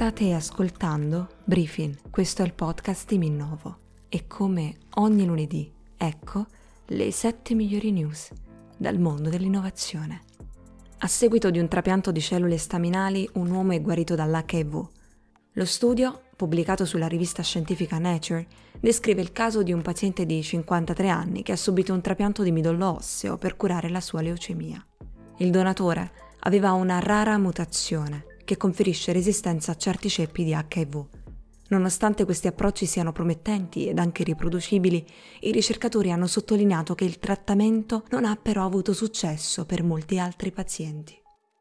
State ascoltando Briefing, questo è il podcast di Minnovo e come ogni lunedì, ecco le 7 migliori news dal mondo dell'innovazione. A seguito di un trapianto di cellule staminali, un uomo è guarito dall'HIV. Lo studio, pubblicato sulla rivista scientifica Nature, descrive il caso di un paziente di 53 anni che ha subito un trapianto di midollo osseo per curare la sua leucemia. Il donatore aveva una rara mutazione che conferisce resistenza a certi ceppi di HIV. Nonostante questi approcci siano promettenti ed anche riproducibili, i ricercatori hanno sottolineato che il trattamento non ha però avuto successo per molti altri pazienti.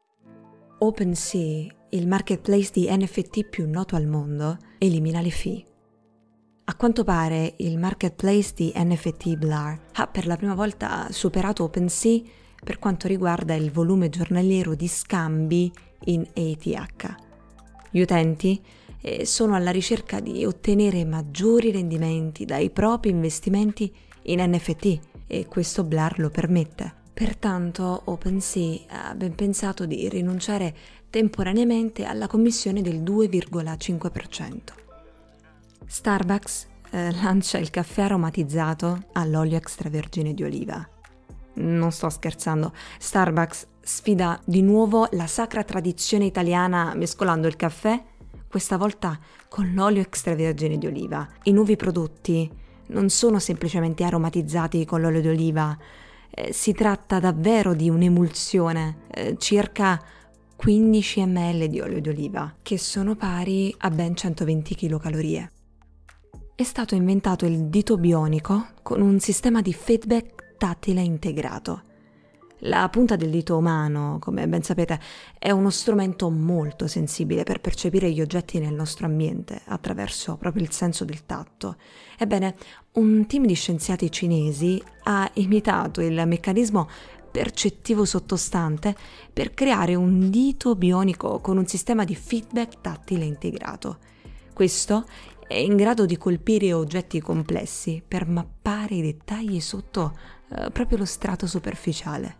OpenSea, il marketplace di NFT più noto al mondo, elimina le fee. A quanto pare il marketplace di NFT Blur ha per la prima volta superato OpenSea per quanto riguarda il volume giornaliero di scambi in ETH. Gli utenti sono alla ricerca di ottenere maggiori rendimenti dai propri investimenti in NFT e questo Blur lo permette. Pertanto OpenSea ha ben pensato di rinunciare temporaneamente alla commissione del 2,5%. Starbucks lancia il caffè aromatizzato all'olio extravergine di oliva. Non sto scherzando, Starbucks sfida di nuovo la sacra tradizione italiana mescolando il caffè, questa volta con l'olio extravergine di oliva. I nuovi prodotti non sono semplicemente aromatizzati con l'olio di oliva, si tratta davvero di un'emulsione, circa 15 ml di olio di oliva, che sono pari a ben 120 kcal. È stato inventato il dito bionico con un sistema di feedback tattile integrato. La punta del dito umano, come ben sapete, è uno strumento molto sensibile per percepire gli oggetti nel nostro ambiente attraverso proprio il senso del tatto. Ebbene, un team di scienziati cinesi ha imitato il meccanismo percettivo sottostante per creare un dito bionico con un sistema di feedback tattile integrato. Questo è in grado di colpire oggetti complessi per mappare i dettagli sotto proprio lo strato superficiale.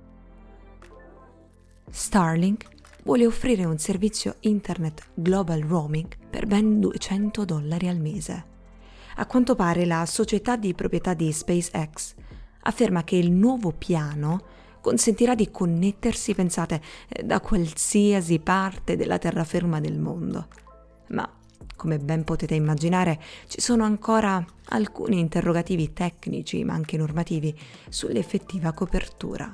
Starlink vuole offrire un servizio internet global roaming per ben $200 al mese. A quanto pare la società di proprietà di SpaceX afferma che il nuovo piano consentirà di connettersi, pensate, da qualsiasi parte della terraferma del mondo. Ma come ben potete immaginare, ci sono ancora alcuni interrogativi tecnici, ma anche normativi, sull'effettiva copertura.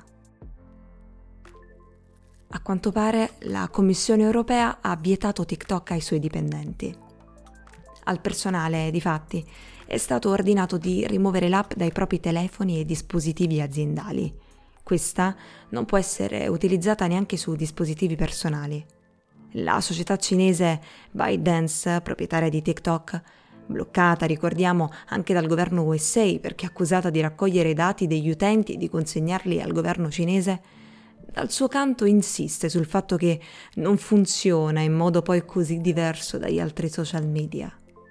A quanto pare, la Commissione europea ha vietato TikTok ai suoi dipendenti. Al personale, difatti, è stato ordinato di rimuovere l'app dai propri telefoni e dispositivi aziendali. Questa non può essere utilizzata neanche su dispositivi personali. La società cinese ByteDance, proprietaria di TikTok, bloccata, ricordiamo, anche dal governo USA perché accusata di raccogliere i dati degli utenti e di consegnarli al governo cinese, dal suo canto insiste sul fatto che non funziona in modo poi così diverso dagli altri social media.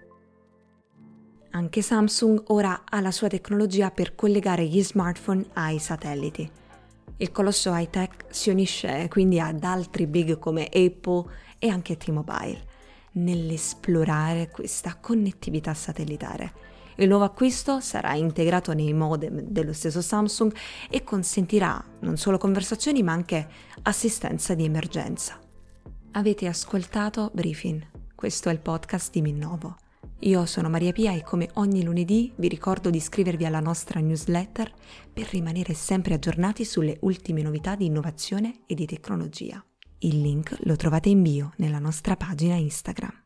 Anche Samsung ora ha la sua tecnologia per collegare gli smartphone ai satelliti. Il colosso high-tech si unisce quindi ad altri big come Apple e anche T-Mobile nell'esplorare questa connettività satellitare. Il nuovo acquisto sarà integrato nei modem dello stesso Samsung e consentirà non solo conversazioni ma anche assistenza di emergenza. Avete ascoltato Briefing, questo è il podcast di Minnovo. Io sono Maria Pia e come ogni lunedì vi ricordo di iscrivervi alla nostra newsletter per rimanere sempre aggiornati sulle ultime novità di innovazione e di tecnologia. Il link lo trovate in bio nella nostra pagina Instagram.